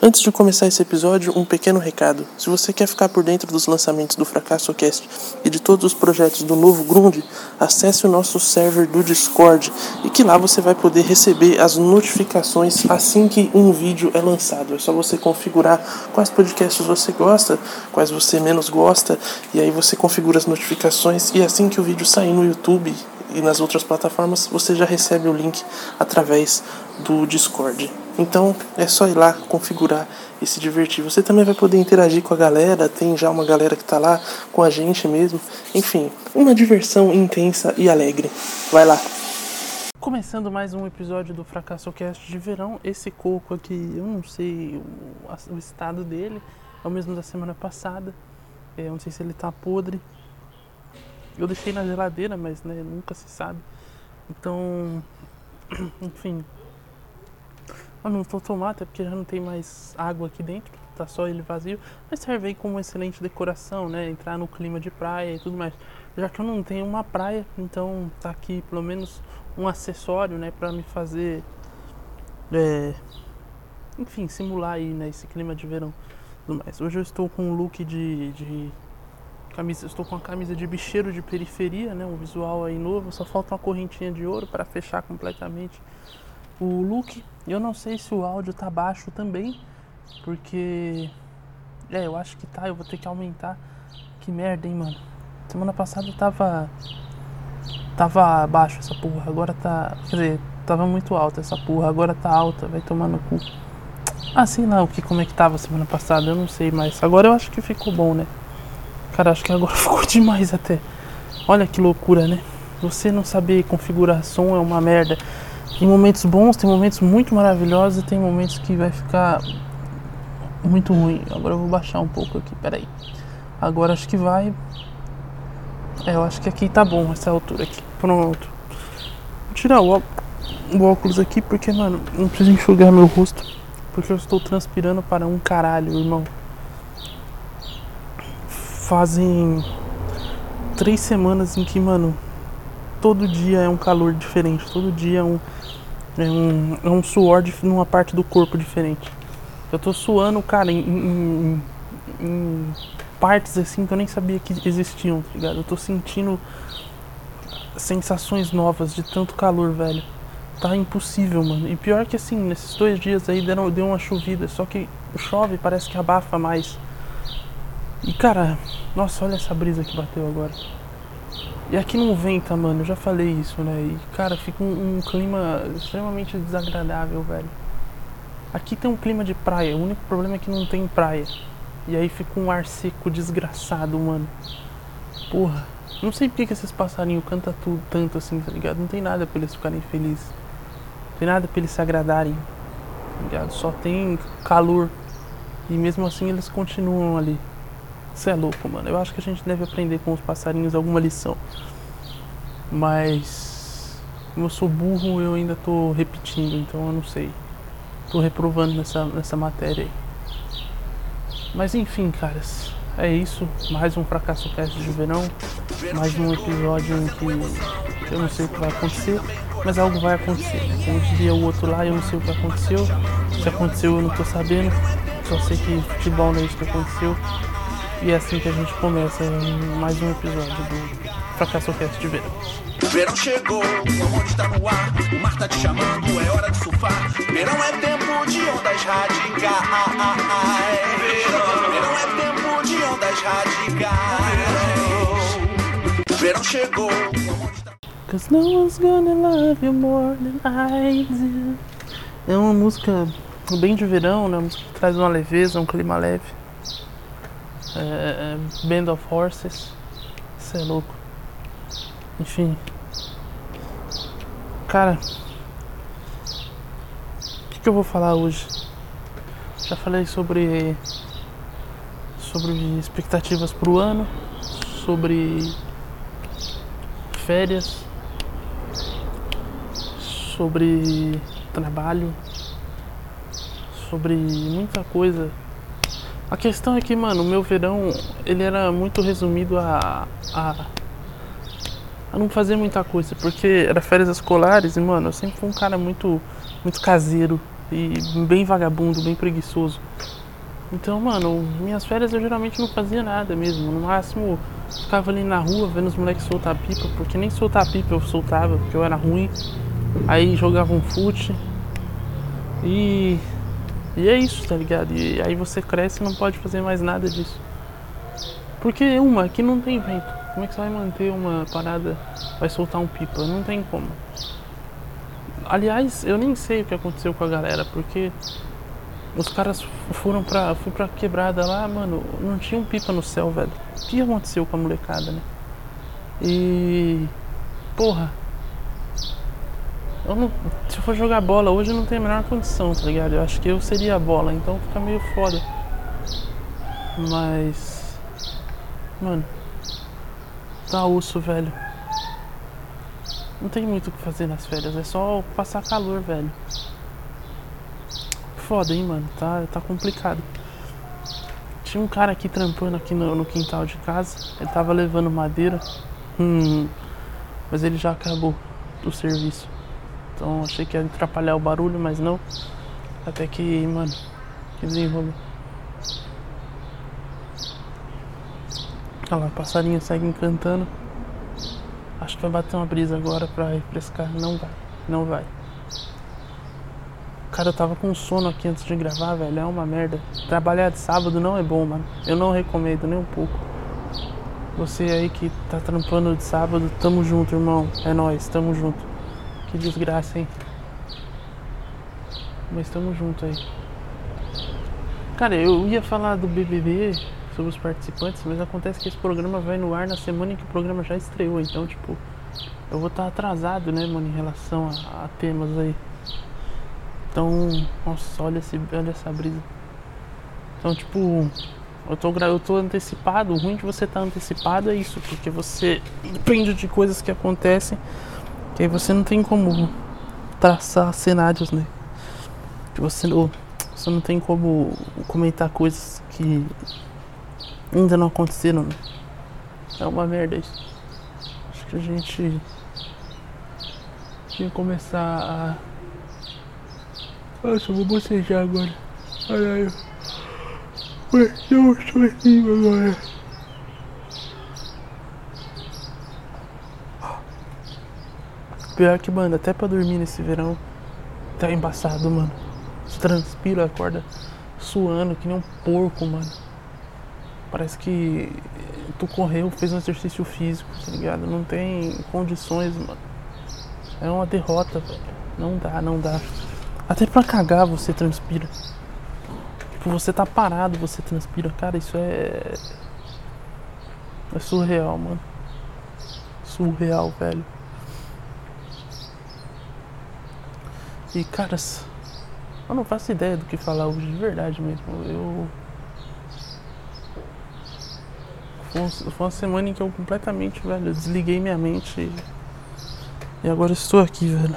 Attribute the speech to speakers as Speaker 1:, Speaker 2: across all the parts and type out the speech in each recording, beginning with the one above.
Speaker 1: Antes de começar esse episódio, um pequeno recado. Se você quer ficar por dentro dos lançamentos do FracassoCast e de todos os projetos do novo Grund, acesse o nosso server do Discord e que lá você vai poder receber as notificações assim que um vídeo é lançado. É só você configurar quais podcasts você gosta, quais você menos gosta, e aí você configura as notificações e assim que o vídeo sair no YouTube e nas outras plataformas, você já recebe o link através do Discord. Então é só ir lá, configurar e se divertir. Você também vai poder interagir com a galera, tem já uma galera que tá lá com a gente mesmo. Enfim, uma diversão intensa e alegre. Vai lá! Começando mais um episódio do FracassoCast de verão. Esse coco aqui, eu não sei o estado dele, é o mesmo da semana passada. Eu não sei se ele tá podre. Eu deixei na geladeira, mas né, nunca se sabe. Então, enfim. Eu não vou tomar, até porque já não tem mais água aqui dentro, tá só ele vazio. Mas serve aí como uma excelente decoração, né? Entrar no clima de praia e tudo mais. Já que eu não tenho uma praia, então tá aqui pelo menos um acessório, né? Pra me fazer, enfim, simular aí, né? Esse clima de verão e tudo mais. Hoje eu estou com um look de camisa, estou com a camisa de bicheiro de periferia, né? Um visual aí novo, só falta uma correntinha de ouro para fechar completamente o look. Eu não sei se o áudio tá baixo também, porque eu acho que tá, eu vou ter que aumentar. Que merda, hein, mano. Semana passada tava baixo essa porra, agora tá, quer dizer, tava muito alta essa porra, agora tá alta, vai tomar no cu. Ah, sei lá como é que tava semana passada, eu não sei mais. Agora eu acho que ficou bom, né? Cara, acho que agora ficou demais até. Olha que loucura, né? Você não saber configurar som é uma merda. Tem momentos bons, tem momentos muito maravilhosos e tem momentos que vai ficar muito ruim. Agora eu vou baixar um pouco aqui, peraí. Agora acho que vai. Eu acho que aqui tá bom, essa altura aqui. Pronto. Vou tirar o óculos aqui porque, mano, não preciso enxugar meu rosto. Porque eu estou transpirando para um caralho, irmão. Fazem 3 semanas em que, mano, todo dia é um calor diferente. Todo dia é um suor numa parte do corpo diferente. Eu tô suando, cara, em partes assim que eu nem sabia que existiam, tá ligado? Eu tô sentindo sensações novas de tanto calor, velho. Tá impossível, mano. E pior que assim, nesses 2 dias aí deu uma chovida. Só que chove, parece que abafa mais. E cara, nossa, olha essa brisa que bateu agora. E aqui não venta, mano, eu já falei isso, né? E cara, fica um clima extremamente desagradável, velho. Aqui tem um clima de praia, o único problema é que não tem praia. E aí fica um ar seco desgraçado, mano. Porra, não sei porque que esses passarinhos cantam tudo tanto assim, tá ligado? Não tem nada pra eles ficarem felizes. Não tem nada pra eles se agradarem, tá ligado? Só tem calor. E mesmo assim eles continuam ali. Isso é louco, mano. Eu acho que a gente deve aprender com os passarinhos alguma lição. Mas como eu sou burro, eu ainda tô repetindo, então eu não sei. Tô reprovando nessa matéria aí. Mas enfim, caras, é isso. Mais um FracassoCast de verão. Mais um episódio em que eu não sei o que vai acontecer, mas algo vai acontecer. Como diria o outro lá, eu não sei o que aconteceu. Se aconteceu, eu não tô sabendo. Só sei que futebol não é isso que aconteceu. E é assim que a gente começa mais um episódio do FracassoCast de verão.
Speaker 2: Verão chegou, o amor está no ar, o mar tá te chamando, é hora de surfar. Verão é tempo de ondas radicais. Verão é tempo de ondas radicais. Verão chegou, o amor está...
Speaker 1: Cause no one's gonna love you more than I do. É uma música bem de verão, né? Uma música que traz uma leveza, um clima leve. Band of Horses. Isso é louco. Enfim. Cara, o que eu vou falar hoje? Já falei sobre expectativas pro ano, sobre férias, sobre trabalho, sobre muita coisa. A questão é que, mano, o meu verão, ele era muito resumido a não fazer muita coisa, porque era férias escolares e, mano, eu sempre fui um cara muito caseiro, E bem vagabundo, bem preguiçoso. Então, mano, minhas férias eu geralmente não fazia nada mesmo. No máximo, ficava ali na rua vendo os moleques soltar pipa, porque nem soltar pipa eu soltava, porque eu era ruim. Aí jogava um fute. E é isso, tá ligado? E aí você cresce e não pode fazer mais nada disso. Porque aqui não tem vento. Como é que você vai manter uma parada, vai soltar um pipa? Não tem como. Aliás, eu nem sei o que aconteceu com a galera, porque os caras fui pra quebrada lá, mano, não tinha um pipa no céu, velho. O que aconteceu com a molecada, né? E... porra, se eu for jogar bola hoje eu não tenho a menor condição, tá ligado? Eu acho que eu seria a bola, então fica meio foda. Mas... mano, tá osso, velho. Não tem muito o que fazer nas férias, é só passar calor, velho. Foda, hein, mano, tá complicado. Tinha um cara aqui trampando aqui no quintal de casa. Ele tava levando madeira, mas ele já acabou do serviço. Então achei que ia atrapalhar o barulho, mas não. Até que, mano, que desenrolo. Olha lá, o passarinho segue cantando. Acho que vai bater uma brisa agora pra refrescar. Não vai. Cara, eu tava com sono aqui antes de gravar, velho. É uma merda. Trabalhar de sábado não é bom, mano. Eu não recomendo nem um pouco. Você aí que tá trampando de sábado, tamo junto, irmão. É nóis, tamo junto. Que desgraça, hein? Mas tamo junto aí. Cara, eu ia falar do BBB, sobre os participantes, mas acontece que esse programa vai no ar na semana em que o programa já estreou. Então, tipo, eu vou estar atrasado, né, mano, em relação a temas aí. Então, nossa, olha essa brisa. Então, tipo, eu tô antecipado. O ruim de você estar antecipado é isso, porque você depende de coisas que acontecem, que aí você não tem como traçar cenários, né? Que você não tem como comentar coisas que ainda não aconteceram, né? É uma merda isso. Acho que a gente tinha que começar a... Nossa, eu vou bocejar agora. Caralho. Eu estou aqui agora. Pior que, mano, até pra dormir nesse verão tá embaçado, mano. Você transpira, acorda suando que nem um porco, mano. Parece que tu correu, fez um exercício físico, tá ligado? Não tem condições, mano. É uma derrota, velho. Não dá. Até pra cagar você transpira. Tipo, você tá parado, você transpira. Cara, isso é surreal, mano. Surreal, velho. E, cara, eu não faço ideia do que falar hoje, de verdade mesmo. Foi uma semana em que eu completamente, velho, desliguei minha mente e agora estou aqui, velho.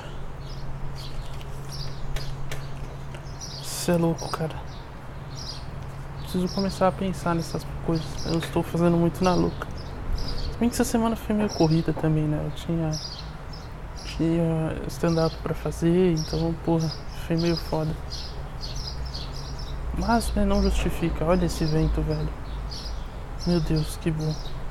Speaker 1: Isso é louco, cara. Preciso começar a pensar nessas coisas. Eu estou fazendo muito na louca. Se bem que essa semana foi meio corrida também, né? Eu tinha stand-up pra fazer, então, porra, foi meio foda. Mas, né, não justifica. Olha esse vento, velho. Meu Deus, que bom.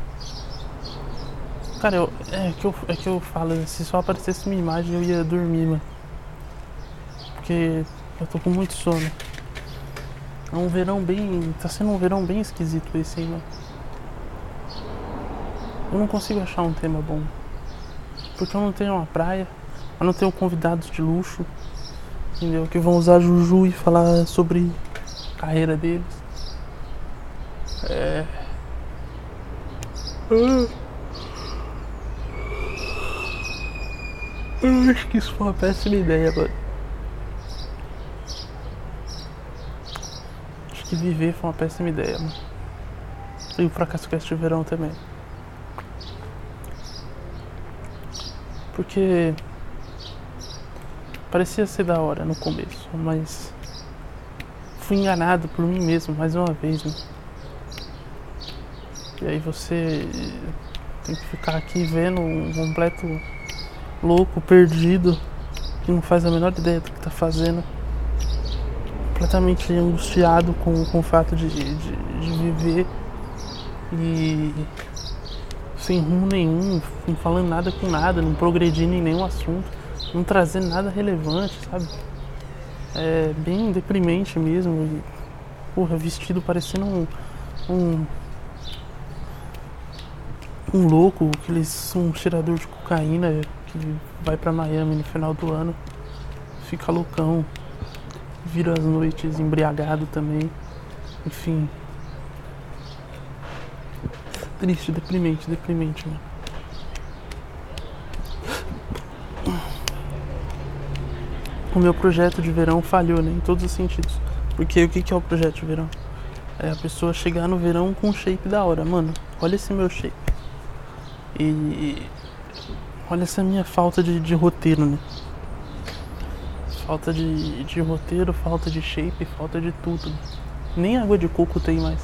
Speaker 1: Cara, é que eu falo, se só aparecesse minha imagem eu ia dormir, mano. Porque eu tô com muito sono. É um verão bem... Tá sendo um verão bem esquisito esse aí, mano. Eu não consigo achar um tema bom. Porque eu não tenho uma praia, eu não tenho convidados de luxo, entendeu? Que vão usar Juju e falar sobre a carreira deles. Eu acho que isso foi uma péssima ideia, mano. Acho que viver foi uma péssima ideia, mano. E o Fracasso Cast de verão também. Porque parecia ser da hora no começo, mas fui enganado por mim mesmo mais uma vez, né? E aí você tem que ficar aqui vendo um completo louco, perdido, que não faz a menor ideia do que tá fazendo. completamente angustiado com o fato de viver e sem rumo nenhum, não falando nada com nada, não progredindo em nenhum assunto, não trazendo nada relevante, sabe? É bem deprimente mesmo. E, porra, vestido parecendo um louco, um cheirador de cocaína que vai pra Miami no final do ano, fica loucão, vira as noites embriagado também, enfim. Triste, deprimente, mano. O meu projeto de verão falhou, né, em todos os sentidos. Porque o que é o projeto de verão? É a pessoa chegar no verão com um shape da hora. Mano, olha esse meu shape. E olha essa minha falta de roteiro, né? Falta de roteiro, falta de shape, falta de tudo. Nem água de coco tem mais.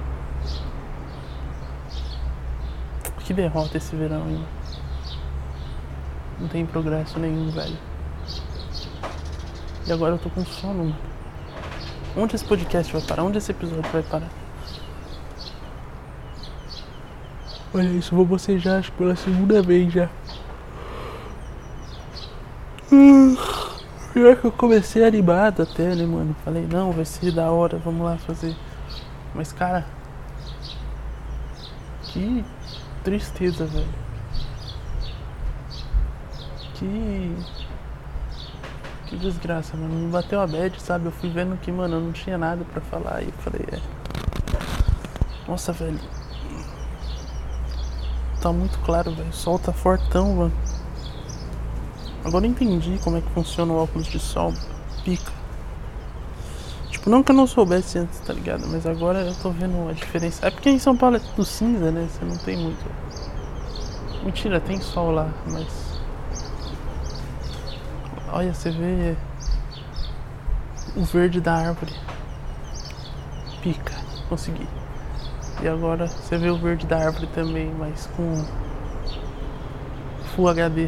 Speaker 1: Que derrota esse verão ainda. Não tem progresso nenhum, velho. E agora eu tô com sono, mano. Onde esse podcast vai parar? Onde esse episódio vai parar? Olha isso, vou bocejar acho que pela segunda vez já. Pior que eu comecei animado até, né, mano? Falei, não, vai ser da hora, vamos lá fazer. Mas, cara, que tristeza, velho. Que desgraça, mano. Me bateu a bad, sabe? Eu fui vendo que, mano, eu não tinha nada pra falar. E eu falei, nossa, velho. Tá muito claro, velho. O sol tá fortão, mano. Agora eu entendi como é que funciona o óculos de sol. Pica. Tipo, não que eu não soubesse antes, tá ligado? Mas agora eu tô vendo a diferença. É porque em São Paulo é tudo cinza, né? Você não tem muito. Mentira, tem sol lá, mas... Olha, você vê o verde da árvore. Pica, consegui. E agora você vê o verde da árvore também, mas com Full HD.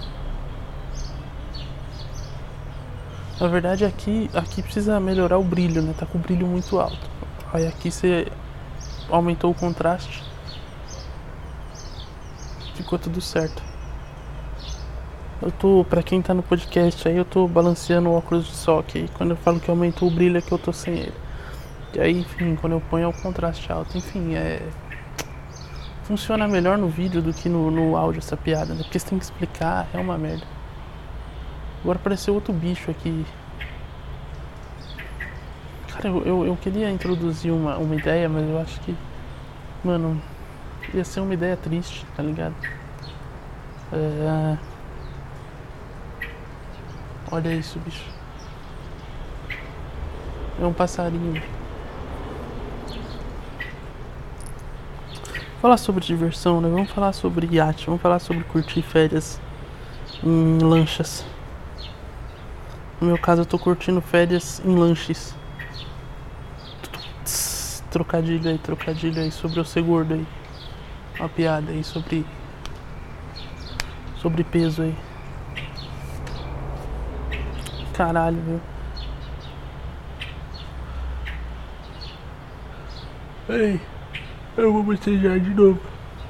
Speaker 1: Na verdade aqui precisa melhorar o brilho, né? Tá com o brilho muito alto. Aí aqui você aumentou o contraste. Ficou tudo certo. Eu tô, pra quem tá no podcast aí, eu tô balanceando o óculos de sol aqui. Quando eu falo que aumentou o brilho é que eu tô sem ele. E aí, enfim, quando eu ponho é o contraste alto. Enfim, funciona melhor no vídeo do que no áudio essa piada, né? Porque você tem que explicar, é uma merda. Agora apareceu outro bicho aqui. Cara, eu queria introduzir uma ideia, mas eu acho que... Mano, ia ser uma ideia triste, tá ligado? Olha isso, bicho. É um passarinho. Falar sobre diversão, né? Vamos falar sobre iate, vamos falar sobre curtir férias em lanchas. No meu caso, eu tô curtindo férias em lanches. Trocadilho aí sobre eu ser gordo aí. Uma piada aí sobre peso aí. Caralho, viu? Ei, eu vou bocejar de novo.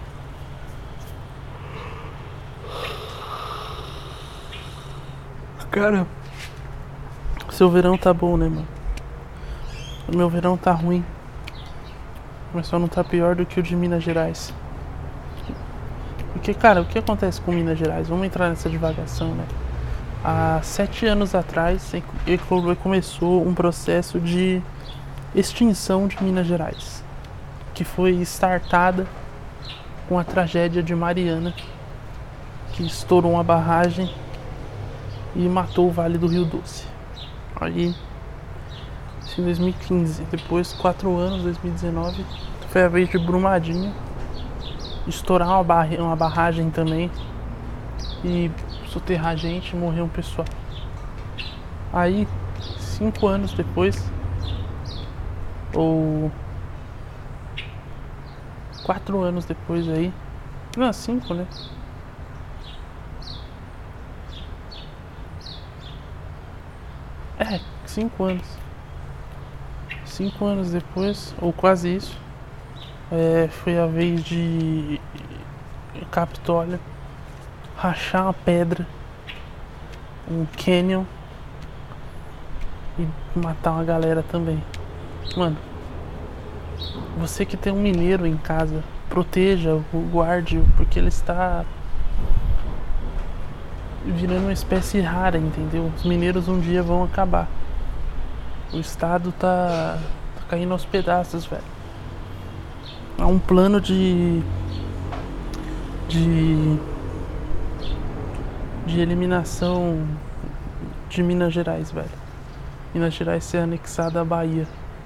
Speaker 1: Cara, seu verão tá bom, né, mano? O meu verão tá ruim. Mas só não tá pior do que o de Minas Gerais. Porque, cara, o que acontece com Minas Gerais? Vamos entrar nessa divagação, né? Há 7 anos atrás começou um processo de extinção de Minas Gerais, que foi startada com a tragédia de Mariana, que estourou uma barragem e matou o Vale do Rio Doce. Aí, em 2015, depois 4 anos, 2019, foi a vez de Brumadinho estourar uma barragem também e soterrar gente e morrer um pessoal. Aí, 5 anos depois, ou 4 anos depois aí, não, 5, né? É, 5 anos. 5 anos depois, ou quase isso, foi a vez de Capitólio rachar uma pedra, um canyon, e matar uma galera também. Mano, você que tem um mineiro em casa, proteja-o, guarde-o, porque ele está virando uma espécie rara, entendeu? Os mineiros um dia vão acabar. O estado tá caindo aos pedaços, velho. Há um plano de eliminação de Minas Gerais, velho. Minas Gerais ser anexada à Bahia.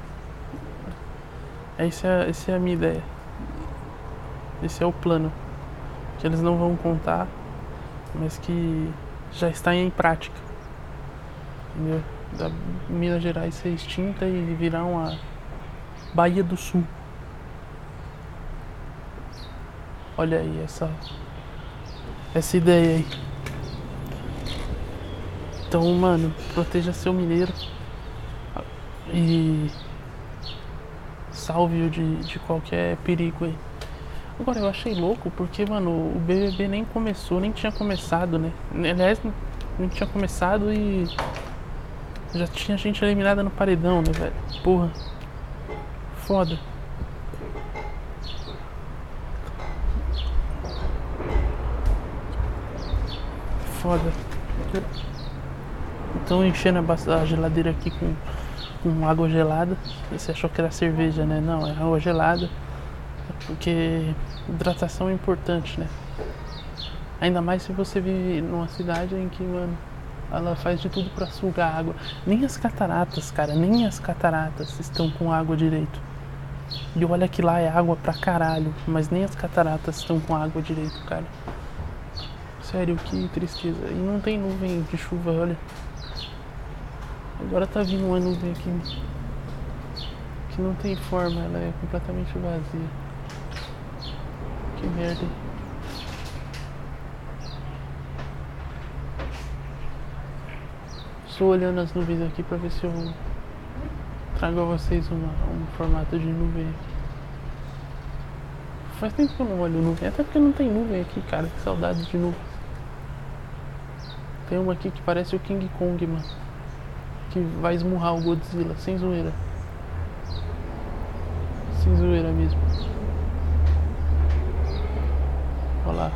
Speaker 1: Essa é a minha ideia. Esse é o plano. Que eles não vão contar, mas que já está em prática. Entendeu? Da Minas Gerais ser extinta e virar uma Bahia do Sul. Olha aí essa ideia aí. Então, mano, proteja seu mineiro e salve-o de qualquer perigo aí. Agora, eu achei louco porque, mano, o BBB nem começou, nem tinha começado, né? Aliás, não tinha começado e já tinha gente eliminada no paredão, né, velho? Porra. Foda. Foda. Então enchendo a geladeira aqui com água gelada. Você achou que era cerveja, né? Não, é água gelada. Porque hidratação é importante, né? Ainda mais se você vive numa cidade em que, mano, ela faz de tudo pra sugar água. Nem as cataratas, cara, nem as cataratas estão com água direito. E olha que lá é água pra caralho, mas nem as cataratas estão com água direito, cara. Sério, que tristeza. E não tem nuvem de chuva, olha. Agora tá vindo uma nuvem aqui que não tem forma, ela é completamente vazia. Que merda. Estou olhando as nuvens aqui pra ver se eu trago a vocês um formato de nuvem aqui. Faz tempo que eu não olho nuvem, até porque não tem nuvem aqui, cara. Que saudade de nuvem. Tem uma aqui que parece o King Kong, mano. Que vai esmurrar o Godzilla, sem zoeira. Sem zoeira mesmo. Olha lá.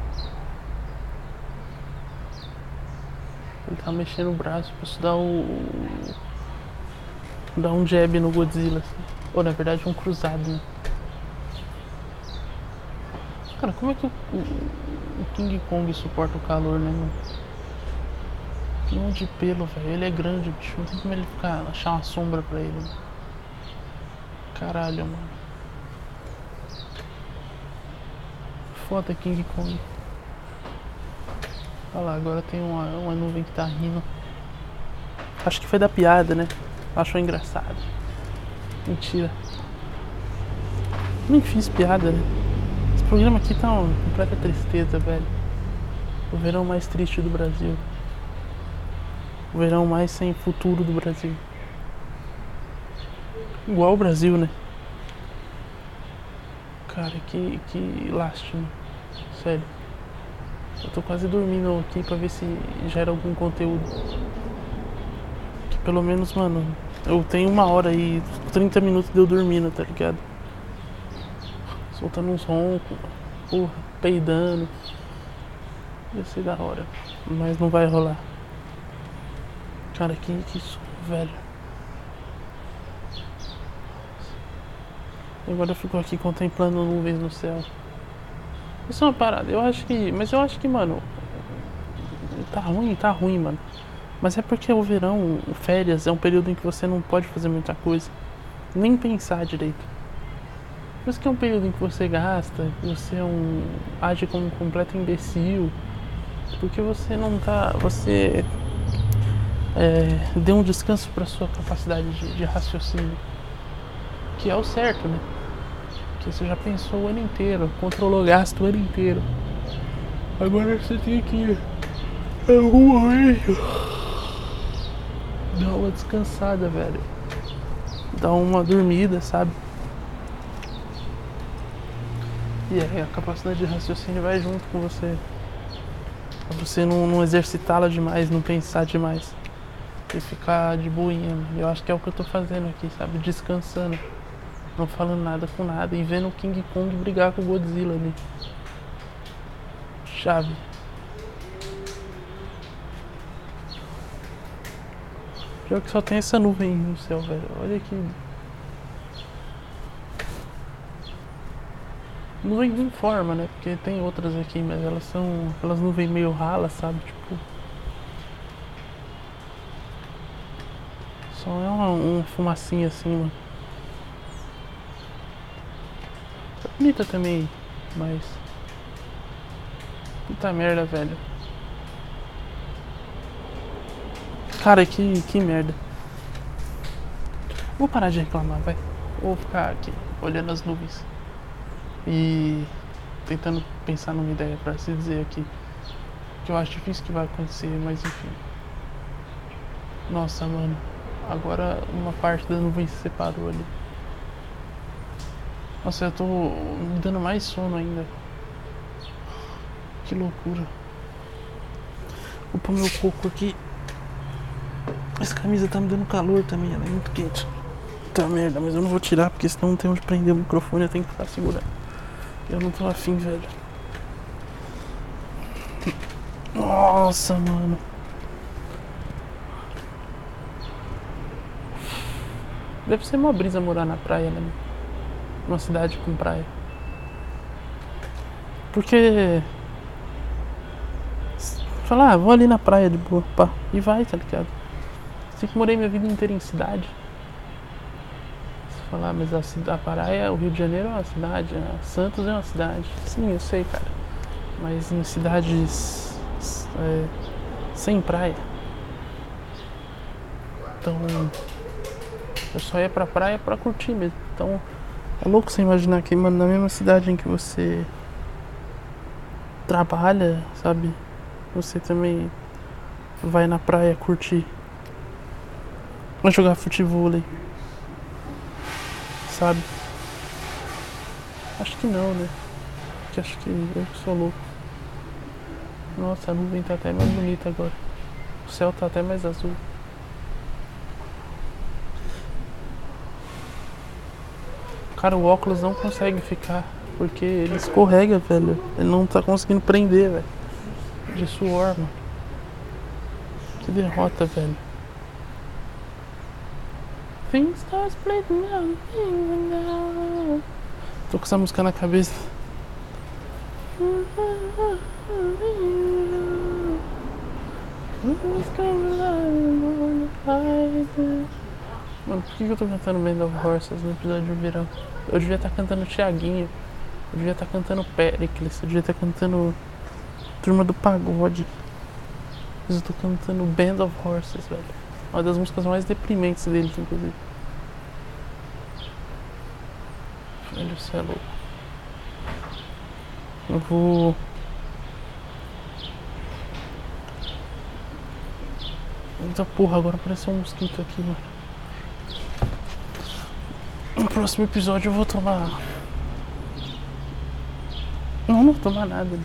Speaker 1: Ele tá mexendo o braço pra dar um jab no Godzilla, assim. Ou na verdade um cruzado, né? Cara, como é que o King Kong suporta o calor, né, mano? Que monte de pelo, velho. Ele é grande, bicho. Não tem como ele achar uma sombra pra ele, mano. Caralho, mano. Foda King Kong. Olha lá, agora tem uma nuvem que tá rindo. Acho que foi da piada, né? Achou engraçado. Mentira. Nem fiz piada, né? Esse programa aqui tá uma completa tristeza, velho. O verão mais triste do Brasil. O verão mais sem futuro do Brasil. Igual o Brasil, né? Cara, que lástima. Sério. Eu tô quase dormindo aqui pra ver se gera algum conteúdo. Que pelo menos, mano, eu tenho 1 hora e 30 minutos de eu dormindo, tá ligado? Soltando uns roncos, porra, peidando. Ia ser da hora. Mas não vai rolar. Cara, que isso, velho. Agora eu fico aqui contemplando nuvens no céu. Isso é uma parada, mas eu acho que, mano, tá ruim, mano. Mas é porque o verão, férias, é um período em que você não pode fazer muita coisa. Nem pensar direito. Por isso que é um período em que você gasta, que você age como um completo imbecil. Porque você não tá... Você deu um descanso pra sua capacidade de raciocínio. Que é o certo, né? Que você já pensou o ano inteiro, controlou gasto o ano inteiro. Agora você tem que algum momento dar uma descansada, velho. dar uma dormida, sabe? E aí a capacidade de raciocínio vai junto com você. Pra você não exercitá-la demais, não pensar demais. E ficar de boinha. Eu acho que é o que eu tô fazendo aqui, sabe? Descansando. Não falando nada com nada. E vendo o King Kong brigar com o Godzilla ali. Chave. Pior que só tem essa nuvem no céu, velho. Olha aqui. Nuvem em forma, né? Porque tem outras aqui, mas elas são aquelas nuvens meio ralas, sabe? Tipo. Só é uma fumacinha assim, mano. Tá bonita também, mas. Puta merda, velho. Cara, que merda. Vou parar de reclamar, vai. Vou ficar aqui, olhando as nuvens. E tentando pensar numa ideia pra se dizer aqui. Que eu acho difícil que vai acontecer, mas enfim. Nossa, mano. Agora uma parte da nuvem se separou ali. Nossa, eu tô me dando mais sono ainda. Que loucura. Vou pôr meu coco aqui. Essa camisa tá me dando calor também, ela é muito quente. Tá merda, mas eu não vou tirar porque senão não tem onde prender o microfone, eu tenho que ficar segurando. Eu não tô afim, velho. Nossa, mano. Deve ser uma brisa morar na praia, né? Numa cidade com praia. Porque... falar, vou ali na praia de boa, pá. E vai, tá ligado? Assim que morei minha vida inteira em cidade. Falar, mas a praia, o Rio de Janeiro é uma cidade, Santos é uma cidade. Sim, eu sei, cara. Mas em cidades sem praia. Então, eu só ia pra praia pra curtir mesmo. Então, é louco você imaginar que, mano, na mesma cidade em que você trabalha, sabe? Você também vai na praia curtir. Vai jogar futevôlei. Sabe? Acho que não, né? Porque acho que eu sou louco. Nossa, a nuvem tá até mais bonita agora. O céu tá até mais azul. Cara, o óculos não consegue ficar. Porque ele escorrega, velho. Ele não tá conseguindo prender, velho. De suor, mano. Que derrota, velho. Things start splitting out. Tô com essa música na cabeça. Mano, por que eu tô cantando Band of Horses no episódio do verão? Eu devia estar cantando Thiaguinho. Eu devia estar cantando Pericles. Eu devia estar cantando Turma do Pagode. Mas eu tô cantando Band of Horses, velho. Uma das músicas mais deprimentes deles, inclusive. Velho, você é louco. Eu vou... Eita porra, agora apareceu um mosquito aqui, mano. No próximo episódio eu vou tomar... Não vou tomar nada, né?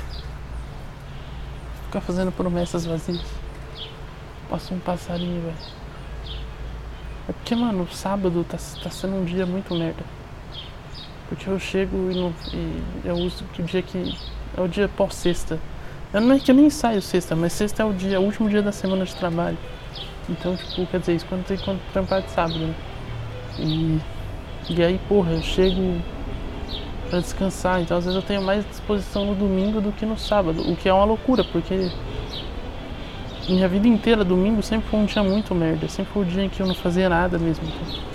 Speaker 1: Ficar fazendo promessas vazias. Passa um passarinho, velho. É porque, mano, sábado tá sendo um dia muito merda. Porque eu chego e eu uso o dia que... É o dia pós-sexta. Não é que eu nem saio sexta, mas sexta é o último dia da semana de trabalho. Então, tipo, quer dizer, isso quando tem que trampar de sábado, né? E aí, porra, eu chego pra descansar. Então, às vezes eu tenho mais disposição no domingo do que no sábado. O que é uma loucura, porque... Minha vida inteira, domingo sempre foi um dia muito merda. Sempre foi o dia em que eu não fazia nada mesmo. Então.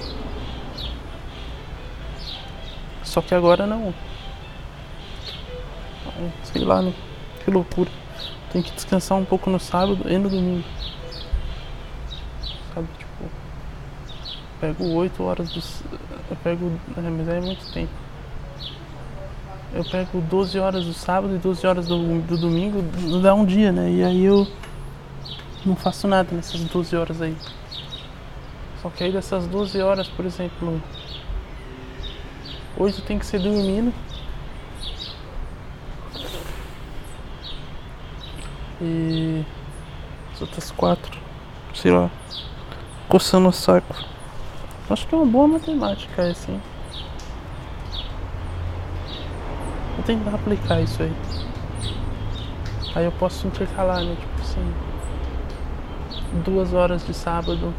Speaker 1: Só que agora não. Sei lá, né? Que loucura. Tem que descansar um pouco no sábado e no domingo. Sabe, tipo... Pego 8 horas do... Eu pego... mas aí é muito tempo. Eu pego 12 horas do sábado e 12 horas do domingo. Dá um dia, né? E aí eu... Não faço nada nessas 12 horas aí. Só que aí dessas 12 horas, por exemplo, 8 tem que ser dormindo. E as outras 4, sei lá, coçando o saco. Acho que é uma boa matemática essa, hein? Vou tentar aplicar isso aí. Aí eu posso intercalar, né? Tipo assim, 2 horas de sábado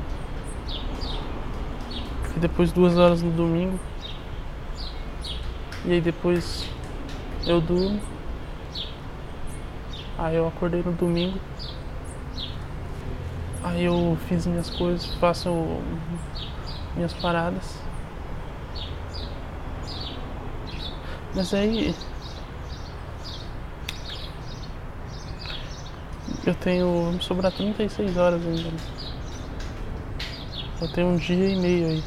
Speaker 1: e depois 2 horas no domingo. E aí depois eu durmo. Aí eu acordei no domingo. Aí eu fiz minhas coisas, faço minhas paradas. Mas aí eu tenho, me sobrar 36 horas ainda. Eu tenho um dia e meio aí.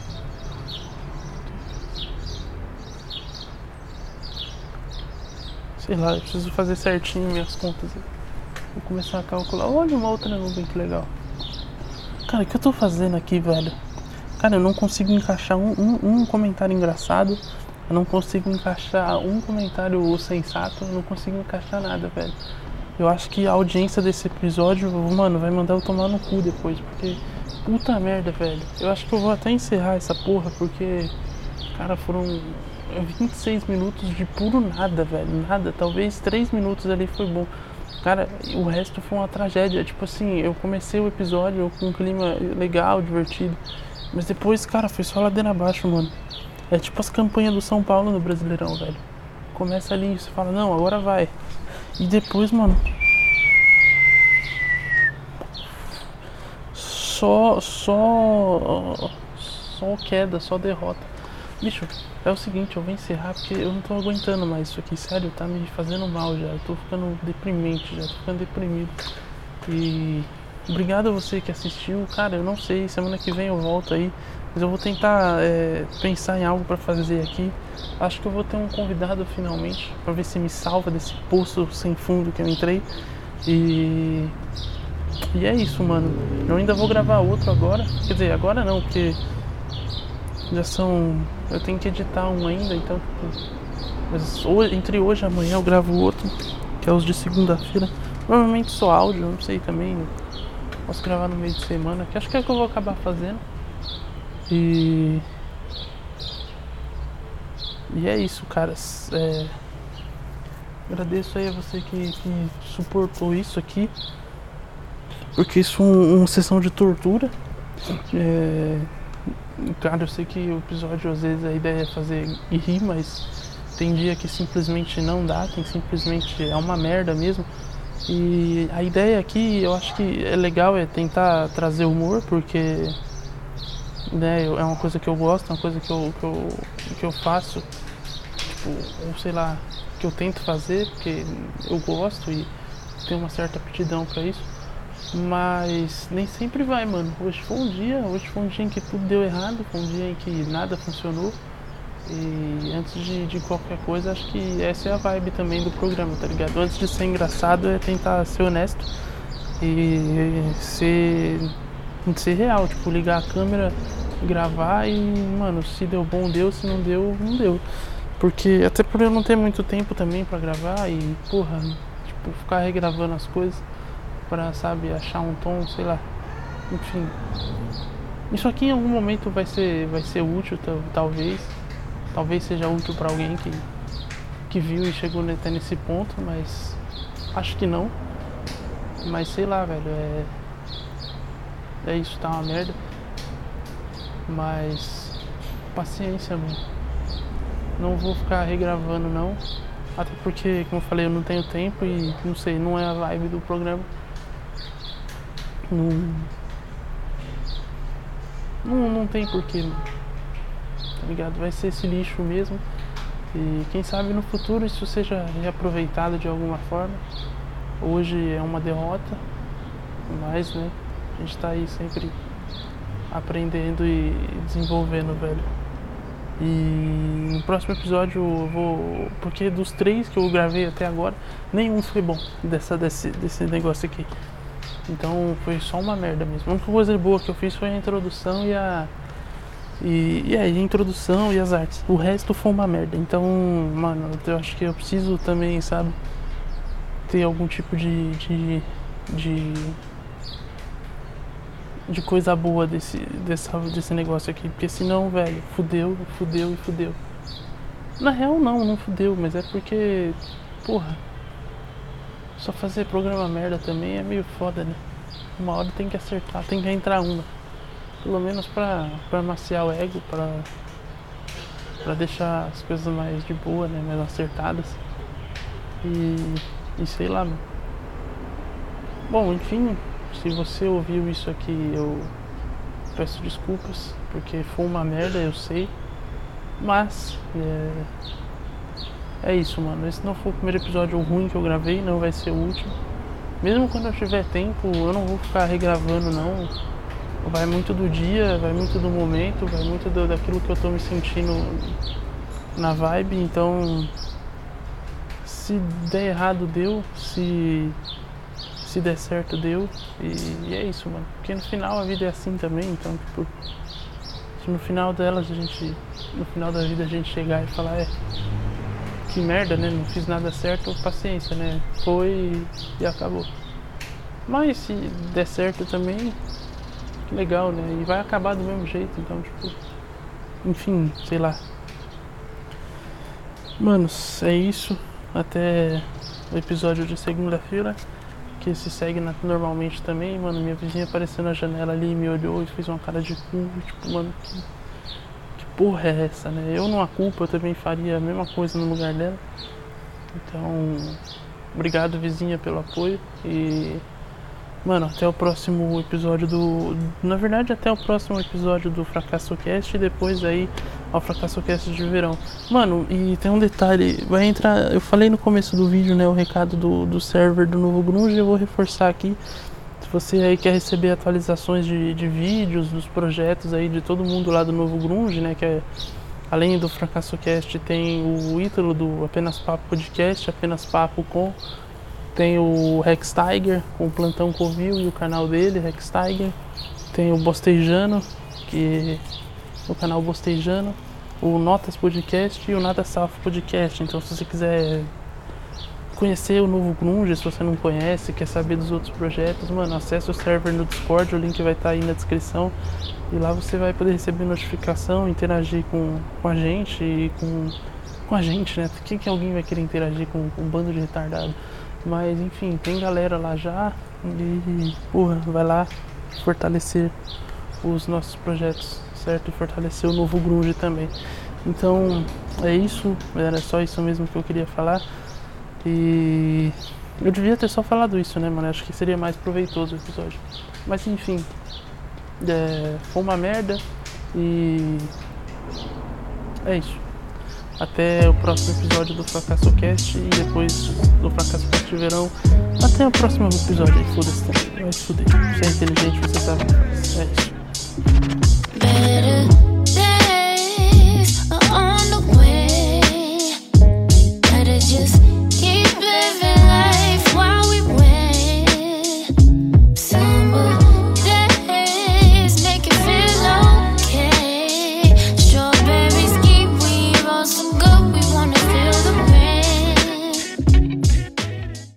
Speaker 1: Sei lá, eu preciso fazer certinho minhas contas. Vou começar a calcular. Olha uma outra nuvem, que legal. Cara, o que eu tô fazendo aqui, velho? Cara, eu não consigo encaixar um comentário engraçado. Eu não consigo encaixar um comentário sensato. Eu não consigo encaixar nada, velho. Eu acho que a audiência desse episódio, mano, vai mandar eu tomar no cu depois. Porque, puta merda, velho. Eu acho que eu vou até encerrar essa porra, porque, cara, foram 26 minutos de puro nada, velho. Nada. Talvez 3 minutos ali foi bom. Cara, o resto foi uma tragédia. Tipo assim, eu comecei o episódio com um clima legal, divertido. Mas depois, cara, foi só ladeira abaixo, mano. É tipo as campanhas do São Paulo no Brasileirão, velho. Começa ali e você fala, não, agora vai. E depois, mano, só queda, só derrota. Bicho, é o seguinte, eu vou encerrar porque eu não tô aguentando mais isso aqui, sério, tá me fazendo mal já. Eu tô ficando deprimente já, tô ficando deprimido. E obrigado a você que assistiu. Cara, eu não sei, semana que vem eu volto aí. Mas eu vou tentar pensar em algo pra fazer aqui. Acho que eu vou ter um convidado finalmente, pra ver se me salva desse poço sem fundo que eu entrei. E é isso, mano. Eu ainda vou gravar outro agora. Quer dizer, agora não, porque já são... Eu tenho que editar um ainda, então... Mas entre hoje e amanhã eu gravo outro, que é os de segunda-feira. Provavelmente só áudio, não sei também. Posso gravar no meio de semana, que acho que é o que eu vou acabar fazendo. E é isso, caras. Agradeço aí a você que suportou isso aqui, porque isso é uma sessão de tortura. Cara, eu sei que o episódio às vezes a ideia é fazer e rir, mas tem dia que simplesmente não dá, simplesmente é uma merda mesmo. E a ideia aqui, eu acho que é legal, é tentar trazer humor, porque, né, é uma coisa que eu gosto, é uma coisa que eu faço, tipo, ou sei lá, que eu tento fazer, porque eu gosto e tenho uma certa aptidão pra isso. Mas nem sempre vai, mano. Hoje foi um dia em que tudo deu errado, foi um dia em que nada funcionou. E antes de qualquer coisa, acho que essa é a vibe também do programa, tá ligado? Antes de ser engraçado, é tentar ser honesto e ser real, tipo, ligar a câmera, gravar e, mano, se deu bom, deu, se não deu, não deu. Porque, até por eu não ter muito tempo também pra gravar e, porra, tipo, ficar regravando as coisas pra, sabe, achar um tom, sei lá, enfim. Isso aqui em algum momento vai ser útil, talvez seja útil pra alguém que viu e chegou até nesse ponto, mas acho que não. Mas sei lá, velho, é isso, tá uma merda. Mas paciência, mano. Não vou ficar regravando não, até porque, como eu falei, eu não tenho tempo e não sei, não é a vibe do programa. Não tem porquê, mano. Tá ligado? Vai ser esse lixo mesmo. E quem sabe no futuro isso seja reaproveitado de alguma forma. Hoje é uma derrota, mas, né, a gente tá aí sempre aprendendo e desenvolvendo, velho. E no próximo episódio eu vou... Porque dos 3 que eu gravei até agora, nenhum foi bom desse negócio aqui. Então foi só uma merda mesmo. A única coisa boa que eu fiz foi a introdução e a introdução e as artes. O resto foi uma merda. Então, mano, eu acho que eu preciso também, sabe, ter algum tipo de coisa boa desse negócio aqui. Porque senão, velho, fudeu. Na real não fudeu, mas é porque, porra, só fazer programa merda também é meio foda, né? Uma hora tem que acertar, tem que entrar uma. Pelo menos pra amaciar o ego, pra deixar as coisas mais de boa, né? Mais acertadas. E sei lá, mano. Bom, enfim, se você ouviu isso aqui, eu peço desculpas, porque foi uma merda, eu sei. Mas é isso, mano. Esse não foi o primeiro episódio ruim que eu gravei, não vai ser o último. Mesmo quando eu tiver tempo, eu não vou ficar regravando, não. Vai muito do dia, vai muito do momento, vai muito daquilo que eu tô me sentindo na vibe. Então, se der errado, deu. Se der certo, deu. E é isso, mano. Porque no final a vida é assim também. Então, tipo, se no final da vida a gente chegar e falar, que merda, né? Não fiz nada certo, paciência, né? Foi e acabou. Mas se der certo também, legal, né? E vai acabar do mesmo jeito, então, tipo, enfim, sei lá. Manos, é isso. Até o episódio de segunda-feira, que se segue normalmente também. Mano, minha vizinha apareceu na janela ali, me olhou e fez uma cara de cu. Tipo, mano, que porra é essa, né? Eu não a culpo, eu também faria a mesma coisa no lugar dela. Então, obrigado, vizinha, pelo apoio. E, mano, até o próximo episódio na verdade, até o próximo episódio do FracassoCast e depois aí ao FracassoCast de verão. Mano, e tem um detalhe, vai entrar, eu falei no começo do vídeo, né, o recado do server do Novo Grunge, eu vou reforçar aqui. Se você aí quer receber atualizações de vídeos, dos projetos aí de todo mundo lá do Novo Grunge, né, que é, além do FracassoCast, tem o Ítalo do Apenas Papo Podcast, Apenas Papo com... Tem o Rex Tiger, com o Plantão Covil e o canal dele, Rex Tiger. Tem o Bostejano, que o canal Bostejano, o Notas Podcast e o Nada Salvo Podcast. Então, se você quiser conhecer o Novo Grunge, se você não conhece, quer saber dos outros projetos, mano, acesse o server no Discord, o link vai estar aí na descrição. E lá você vai poder receber notificação, interagir com a gente e com a gente, né? Por que alguém vai querer interagir com um bando de retardado? Mas enfim, tem galera lá já e, porra, vai lá fortalecer os nossos projetos, certo? E fortalecer o Novo Grunge também. Então, é isso, era só isso mesmo que eu queria falar. E eu devia ter só falado isso, né, mano? Acho que seria mais proveitoso o episódio. Mas enfim, foi uma merda e é isso. Até o próximo episódio do FracassoCast e depois do FracassoCast de verão. Até o próximo episódio aí, foda-se também. Vai se fuder. Você é inteligente, você sabe. É isso.